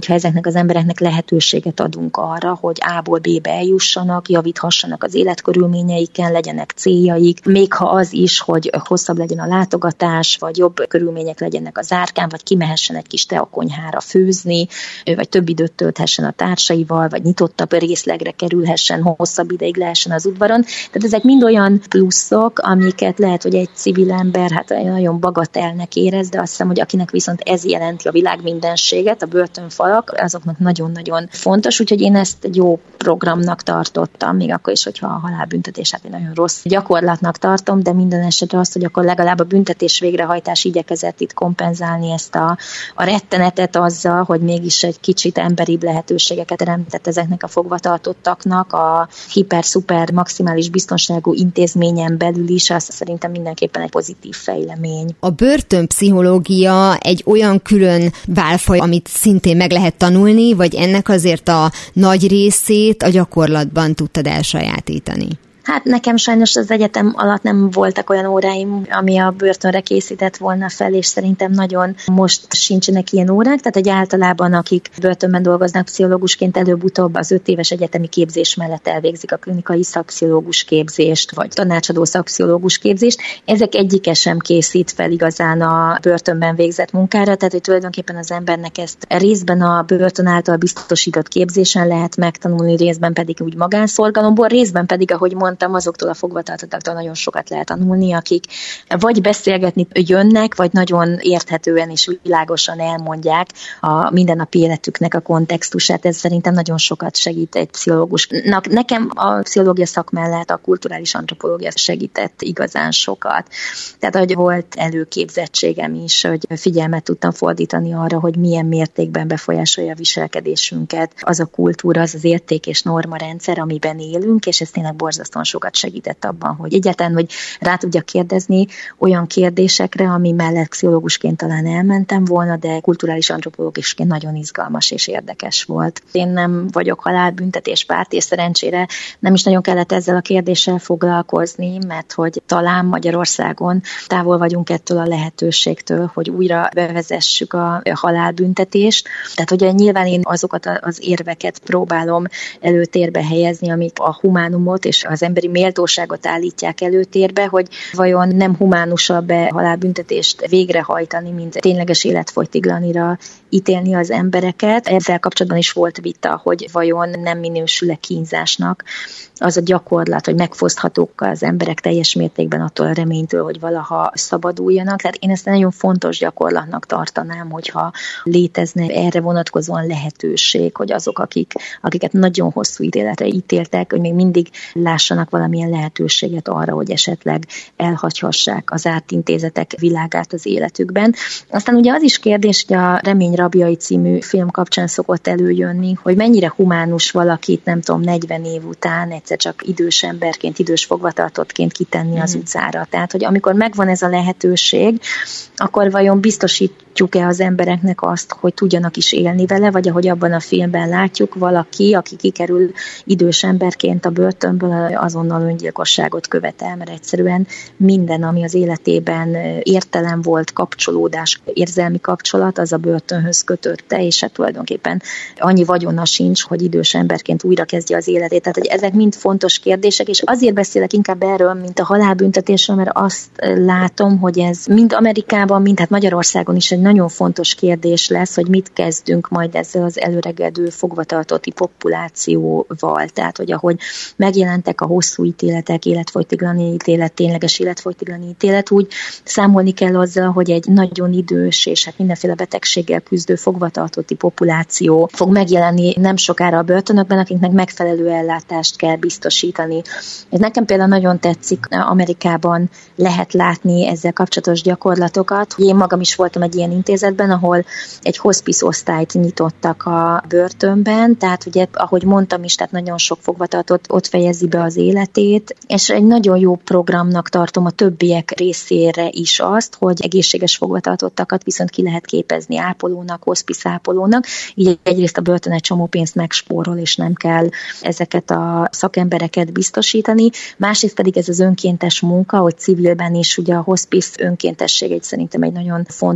ezeknek az embereknek lehetőséget adunk arra, hogy A-ból B-be eljussanak, javíthassanak az életkörülményeiken, legyenek céljaik, még ha az is, hogy hosszabb legyen a látogatás, vagy jobb körülmények legyenek az árkán, vagy kimehessen egy kis teakonyhára főzni, vagy több időt tölthessen a társaival, vagy nyitottabb részlegre kerülhessen, hosszabb ideig lehessen az udvaron. Tehát ezek mind olyan pluszok, amiket lehet, hogy egy civil ember nagyon bagatelnek érez, de azt hiszem, hogy akinek viszont ez jelenti a világ mindenséget, a börtönfalak, azoknak nagyon-nagyon fontos, úgyhogy én ezt egy jó programnak tartottam, még akkor is, hogyha a halálbüntetés egy nagyon rossz gyakorlatnak tartom, de minden esetre azt, hogy akkor legalább a büntetés végrehajtás igyekezett itt kompenzálni ezt a rettenetet azzal, hogy mégis egy kicsit emberibb lehetőségeket teremtett ezeknek a fogvatartottaknak a hiper-szuper maximális biztonságú intézményen belül is, az szerintem mindenképpen egy pozitív fejlemény. A börtönpszichológia egy olyan külön válfaj, amit szintén meg lehet tanulni, vagy ennek azért a nagy részét a gyakorlatban tudtad elsajátítani? Hát nekem sajnos az egyetem alatt nem voltak olyan óráim, ami a börtönre készített volna fel, és szerintem nagyon most sincsenek ilyen órák, tehát egy általában akik börtönben dolgoznak pszichológusként, előbb-utóbb az 5 éves egyetemi képzés mellett elvégzik a klinikai szakpszichológus képzést, vagy tanácsadó szakpszichológus képzést. Ezek egyike sem készít fel igazán a börtönben végzett munkára, tehát hogy tulajdonképpen az embernek ezt részben a börtön által biztosított képzésen lehet megtanulni, részben pedig úgy magánszorgalomból, részben pedig, ahogy mondtam, azoktól a fogvatartottaktól nagyon sokat lehet tanulni, akik vagy beszélgetni jönnek, vagy nagyon érthetően és világosan elmondják a mindennapi életüknek a kontextusát. Ez szerintem nagyon sokat segít egy pszichológusnak. Nekem a pszichológia szak mellett a kulturális antropológia segített igazán sokat. Tehát, hogy volt előképzettségem is, hogy figyelmet tudtam fordítani arra, hogy milyen mértékben befolyásolja a viselkedésünket az a kultúra, az az érték és norma rendszer, amiben élünk, és ez tényleg borzasztóan sokat segített abban, hogy egyáltalán, hogy rá tudjak kérdezni olyan kérdésekre, ami mellett pszichológusként talán elmentem volna, de kulturális antropológusként nagyon izgalmas és érdekes volt. Én nem vagyok halálbüntetéspárt, és szerencsére nem is nagyon kellett ezzel a kérdéssel foglalkozni, mert hogy talán Magyarországon távol vagyunk ettől a lehetőségtől, hogy újra bevezessük a halálbüntetést. Tehát ugye nyilván én azokat az érveket próbálom előtérbe helyezni, amik a humánumot és az emberi méltóságot állítják előtérbe, hogy vajon nem humánusabb-e halálbüntetést végrehajtani, mint tényleges életfogytiglanira ítélni az embereket. Ezzel kapcsolatban is volt vita, hogy vajon nem minősül-e kínzásnak az a gyakorlat, hogy megfoszthatók az emberek teljes mértékben attól a reménytől, hogy valaha szabaduljanak. Tehát én ezt nagyon fontos gyakorlatnak tartanám, hogyha létezne erre vonatkozóan lehetőség, hogy azok, akiket nagyon hosszú ítéletre ítéltek, hogy még mindig lássanak valamilyen lehetőséget arra, hogy esetleg elhagyhassák az zárt intézetek világát az életükben. Aztán ugye az is kérdés, hogy a Remény rabjai című film kapcsán szokott előjönni, hogy mennyire humánus valakit, nem tudom, 40 év után egyszer csak idős emberként, idős fogvatartottként kitenni az utcára. Tehát, hogy amikor megvan ez a lehetőség, akkor vajon biztosítjuk-e az embereknek azt, hogy tudjanak is élni vele, vagy ahogy abban a filmben látjuk, valaki, aki kikerül idős emberként a börtönből, azonnal öngyilkosságot követel, mert egyszerűen minden, ami az életében értelem volt, kapcsolódás, érzelmi kapcsolat, az a börtönhöz kötötte, és hát tulajdonképpen annyi vagyona sincs, hogy idős emberként újra kezdje az életét. Tehát, hogy ezek mind fontos kérdések, és azért beszélek inkább erről, mint a halálbüntetésről, mert azt látom, hogy ez mind Amerikában, mind hát Magyarországon is egy nagyon fontos kérdés lesz, hogy mit kezdünk majd ezzel az előregedő fogvatartotti populációval. Tehát, hogy ahogy megjelentek a hosszú ítéletek, életfogytiglani ítélet, tényleges életfogytiglani ítélet, úgy számolni kell azzal, hogy egy nagyon idős és hát mindenféle betegséggel küzdő fogvatartotti populáció fog megjelenni nem sokára a börtönökben, akiknek megfelelő ellátást kell biztosítani. Ez nekem például nagyon tetszik, Amerikában lehet látni ezzel kapcsolatos gyakorlatokat. Én magam is voltam egy ilyen intézetben, ahol egy hospice osztályt nyitottak a börtönben, tehát ugye, ahogy mondtam is, tehát nagyon sok fogvatartott ott fejezi be az életét, és egy nagyon jó programnak tartom a többiek részére is azt, hogy egészséges fogvatartottakat viszont ki lehet képezni ápolónak, hospice ápolónak, így egyrészt a börtön egy csomó pénzt megspórol, és nem kell ezeket a szakembereket biztosítani, másrészt pedig ez az önkéntes munka, hogy civilben is ugye a hospice önkéntesség szerintem egy nagyon fontos munka,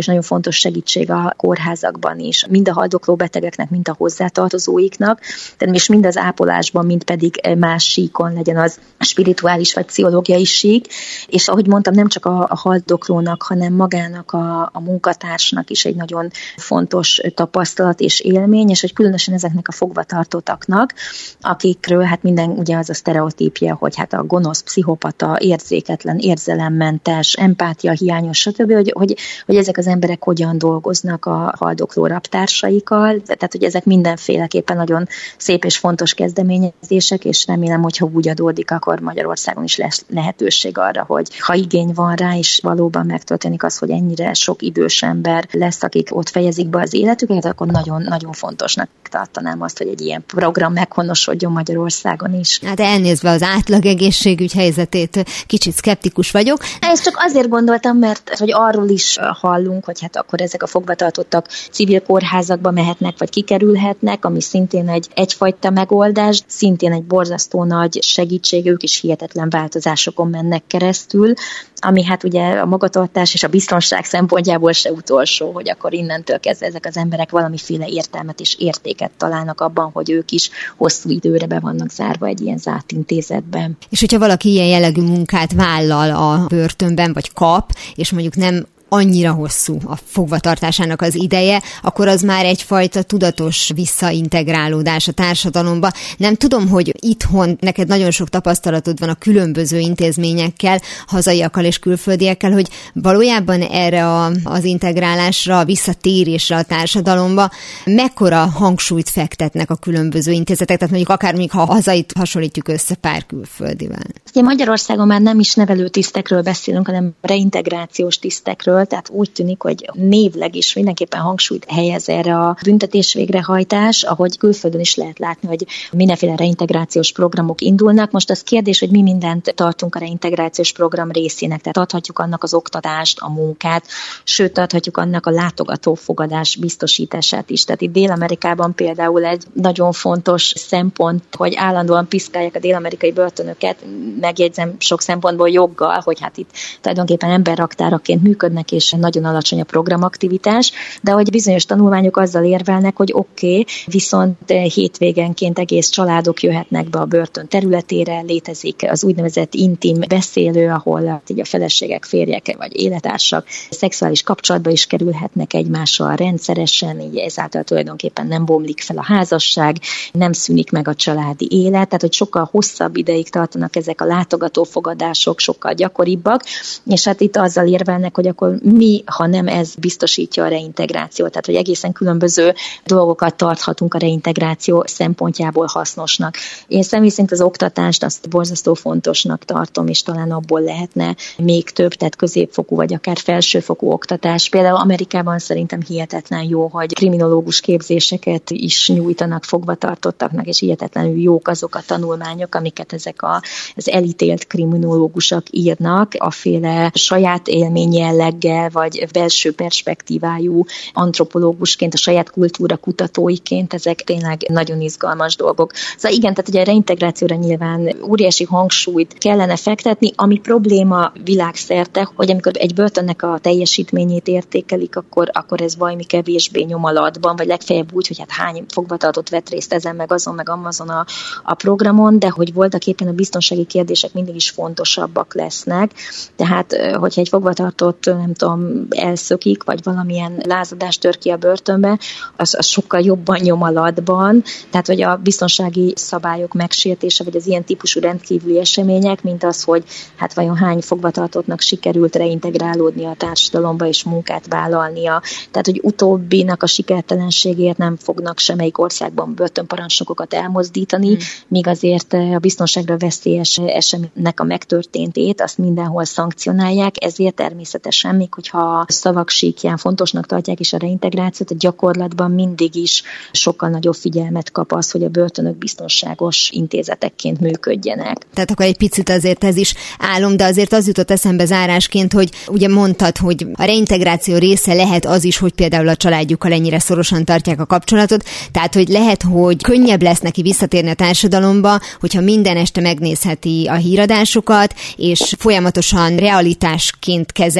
és nagyon fontos segítség a kórházakban is, mind a haldokló betegeknek, mind a hozzátartozóiknak, és mind az ápolásban, mind pedig más síkon, legyen az spirituális vagy pszichológiai sík, és ahogy mondtam, nem csak a haldoklónak, hanem magának a munkatársnak is egy nagyon fontos tapasztalat és élmény, és hogy különösen ezeknek a fogvatartottaknak, akikről hát minden ugye az a sztereotípia, hogy hát a gonosz, pszichopata, érzéketlen, érzelemmentes, empátia hiányos, stb., hogy ezek az emberek hogyan dolgoznak a haldokló rabtársaikkal, tehát hogy ezek mindenféleképpen nagyon szép és fontos kezdeményezések, és remélem, hogy ha úgy adódik, akkor Magyarországon is lesz lehetőség arra, hogy ha igény van rá, és valóban megtörténik az, hogy ennyire sok idős ember lesz, akik ott fejezik be az életüket, akkor nagyon-nagyon fontosnak tartanám azt, hogy egy ilyen program meghonosodjon Magyarországon is. Hát elnézve az átlag egészségügy helyzetét, kicsit szkeptikus vagyok. Ezt csak azért gondoltam, mert hogy arról is hallunk, hogy hát akkor ezek a fogvatartottak civil kórházakba mehetnek, vagy kikerülhetnek, ami szintén egyfajta megoldás, szintén egy borzasztó nagy segítség, ők is hihetetlen változásokon mennek keresztül, ami hát ugye a magatartás és a biztonság szempontjából se utolsó, hogy akkor innentől kezdve ezek az emberek valamiféle értelmet és értéket találnak abban, hogy ők is hosszú időre be vannak zárva egy ilyen zárt intézetben. És hogyha valaki ilyen jellegű munkát vállal a börtönben, vagy kap, és mondjuk nem annyira hosszú a fogvatartásának az ideje, akkor az már egyfajta tudatos visszaintegrálódás a társadalomba. Nem tudom, hogy itthon neked nagyon sok tapasztalatod van a különböző intézményekkel, hazaiakkal és külföldiekkel, hogy valójában erre az integrálásra, a visszatérésre a társadalomba mekkora hangsúlyt fektetnek a különböző intézetek, tehát mondjuk ha hazait hasonlítjuk össze pár külföldivel. Ugye Magyarországon már nem is nevelőtisztekről beszélünk, hanem reintegrációs tisztekről, tehát úgy tűnik, hogy névleg is mindenképpen hangsúlyt helyez erre a büntetés végrehajtás, ahogy külföldön is lehet látni, hogy mindenféle reintegrációs programok indulnak. Most az kérdés, hogy mi mindent tartunk a reintegrációs program részének, tehát adhatjuk annak az oktatást, a munkát, sőt adhatjuk annak a látogatófogadás biztosítását is. Tehát itt Dél-Amerikában például egy nagyon fontos szempont, hogy állandóan piszkálják a dél-amerikai börtönöket, megjegyzem sok szempontból joggal, hogy hát itt tulajdonképpen emberraktáraként működnek, és nagyon alacsony a programaktivitás, de hogy bizonyos tanulmányok azzal érvelnek, hogy oké, viszont hétvégenként egész családok jöhetnek be a börtön területére, létezik az úgynevezett intim beszélő, ahol így a feleségek, férjek vagy élettársak szexuális kapcsolatba is kerülhetnek egymással rendszeresen, így ezáltal tulajdonképpen nem bomlik fel a házasság, nem szűnik meg a családi élet, tehát hogy sokkal hosszabb ideig tartanak ezek a látogatófogadások, sokkal gyakoribbak, és hát itt azzal érvelnek, hogy akkor mi, ha nem ez biztosítja a reintegrációt, tehát hogy egészen különböző dolgokat tarthatunk a reintegráció szempontjából hasznosnak. Én személy szerint az oktatást azt borzasztó fontosnak tartom, és talán abból lehetne még több, tehát középfokú vagy akár felsőfokú oktatás. Például Amerikában szerintem hihetetlen jó, hogy kriminológus képzéseket is nyújtanak fogvatartottaknak, és hihetetlenül jók azok a tanulmányok, amiket ezek az elítélt kriminológusok írnak, aféle saját élmény jelleggel, vagy belső perspektívájú antropológusként, a saját kultúra kutatóiként, ezek tényleg nagyon izgalmas dolgok. Szóval igen, tehát ugye a reintegrációra nyilván óriási hangsúlyt kellene fektetni, ami probléma világszerte, hogy amikor egy börtönnek a teljesítményét értékelik, akkor ez valami kevésbé nyomalatban, vagy legfeljebb úgy, hogy hát hány fogvatartott vett részt ezen, meg azon, meg amazon a programon, de hogy voltaképpen a biztonsági kérdések mindig is fontosabbak lesznek. Tehát, hogyha egy fogvatartott, nem tudom, elszökik, vagy valamilyen lázadás tör ki a börtönbe, az sokkal jobban nyomalatban, tehát, hogy a biztonsági szabályok megsértése, vagy az ilyen típusú rendkívüli események, mint az, hogy hát vajon hány fogvatartottnak sikerült reintegrálódni a társadalomba és munkát vállalnia. Tehát, hogy utóbbinak a sikertelenségért nem fognak semmelyik országban börtönparancsnokokat elmozdítani, míg azért a biztonságra veszélyes eseménynek a megtörténtét azt mindenhol szankcionálják, ezért természetesen, még hogyha a szavak síkján fontosnak tartják is a reintegrációt, a gyakorlatban mindig is sokkal nagyobb figyelmet kap az, hogy a börtönök biztonságos intézetekként működjenek. Tehát akkor egy picit azért ez is álom, de azért az jutott eszembe zárásként, hogy ugye mondtad, hogy a reintegráció része lehet az is, hogy például a családjukkal ennyire szorosan tartják a kapcsolatot, tehát hogy lehet, hogy könnyebb lesz neki visszatérni a társadalomba, hogyha minden este megnézheti a híradásokat, és folyamatosan realitásként kezeli a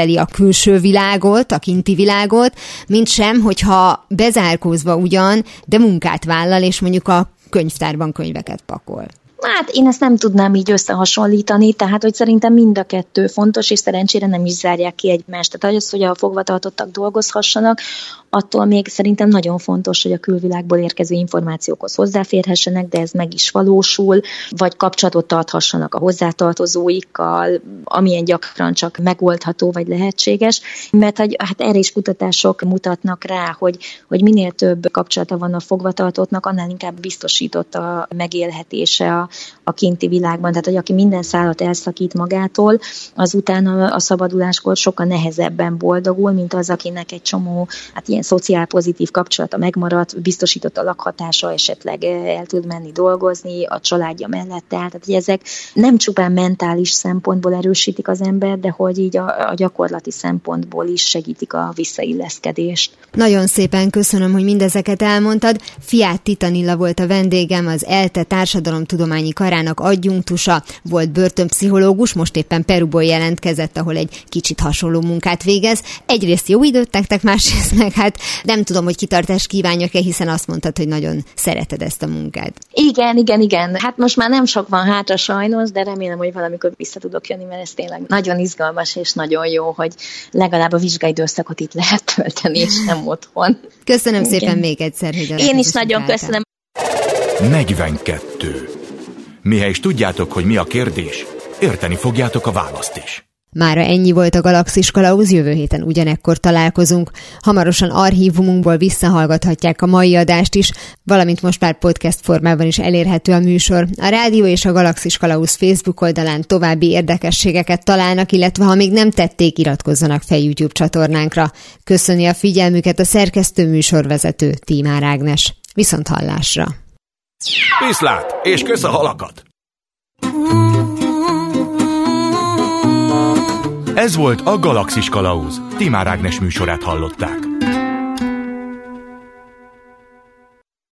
külső világot, a kinti világot, mint sem, hogyha bezárkózva ugyan, de munkát vállal, és mondjuk a könyvtárban könyveket pakol. Hát én ezt nem tudnám így összehasonlítani, tehát hogy szerintem mind a kettő fontos, és szerencsére nem is zárják ki egymást. Tehát az, hogy a fogvatartottak dolgozhassanak, attól még szerintem nagyon fontos, hogy a külvilágból érkező információkhoz hozzáférhessenek, de ez meg is valósul, vagy kapcsolatot tarthassanak a hozzátartozóikkal, amilyen gyakran csak megoldható vagy lehetséges, mert hát erre is kutatások mutatnak rá, hogy minél több kapcsolata van a fogvatartottnak, annál inkább biztosított a megélhetése a kinti világban. Tehát, hogy aki minden szálat elszakít magától, az utána a szabaduláskor sokkal nehezebben boldogul, mint az, akinek egy csomó ilyen szociálpozitív kapcsolata megmaradt, biztosított a lakhatása, esetleg el tud menni dolgozni, a családja mellett áll. Tehát, hogy ezek nem csupán mentális szempontból erősítik az ember, de hogy így a gyakorlati szempontból is segítik a visszailleszkedést. Nagyon szépen köszönöm, hogy mindezeket elmondtad. Fiát Titanilla volt a vendégem, az ELTE társadalomtudományi karának adjunktusa, volt börtönpszichológus, most éppen Peruból jelentkezett, ahol egy kicsit hasonló munkát végez. Egyrészt jó időt nektek, másrészt meg hát nem tudom, hogy kitartást kívánjak-e, hiszen azt mondtad, hogy nagyon szereted ezt a munkát. Igen. Hát most már nem sok van hátra sajnos, de remélem, hogy valamikor vissza tudok jönni, mert ez tényleg nagyon izgalmas és nagyon jó, hogy legalább a vizsgai időszakot itt lehet tölteni, és nem otthon. Köszönöm szépen még egyszer, hogy én is nagyon köszönöm. 42. Mihely is tudjátok, hogy mi a kérdés, érteni fogjátok a választ is. Mára ennyi volt a Galaxis Kalauz, jövő héten ugyanekkor találkozunk. Hamarosan archívumunkból visszahallgathatják a mai adást is, valamint most már podcast formában is elérhető a műsor. A rádió és a Galaxis Kalauz Facebook oldalán további érdekességeket találnak, illetve ha még nem tették, iratkozzanak fel YouTube csatornánkra. Köszöni a figyelmüket a szerkesztő műsorvezető Tímár Ágnes. Viszonthallásra! Viszlát, és kösz a halakat! Ez volt a Galaxis Kalauz. Tímár Ágnes műsorát hallották.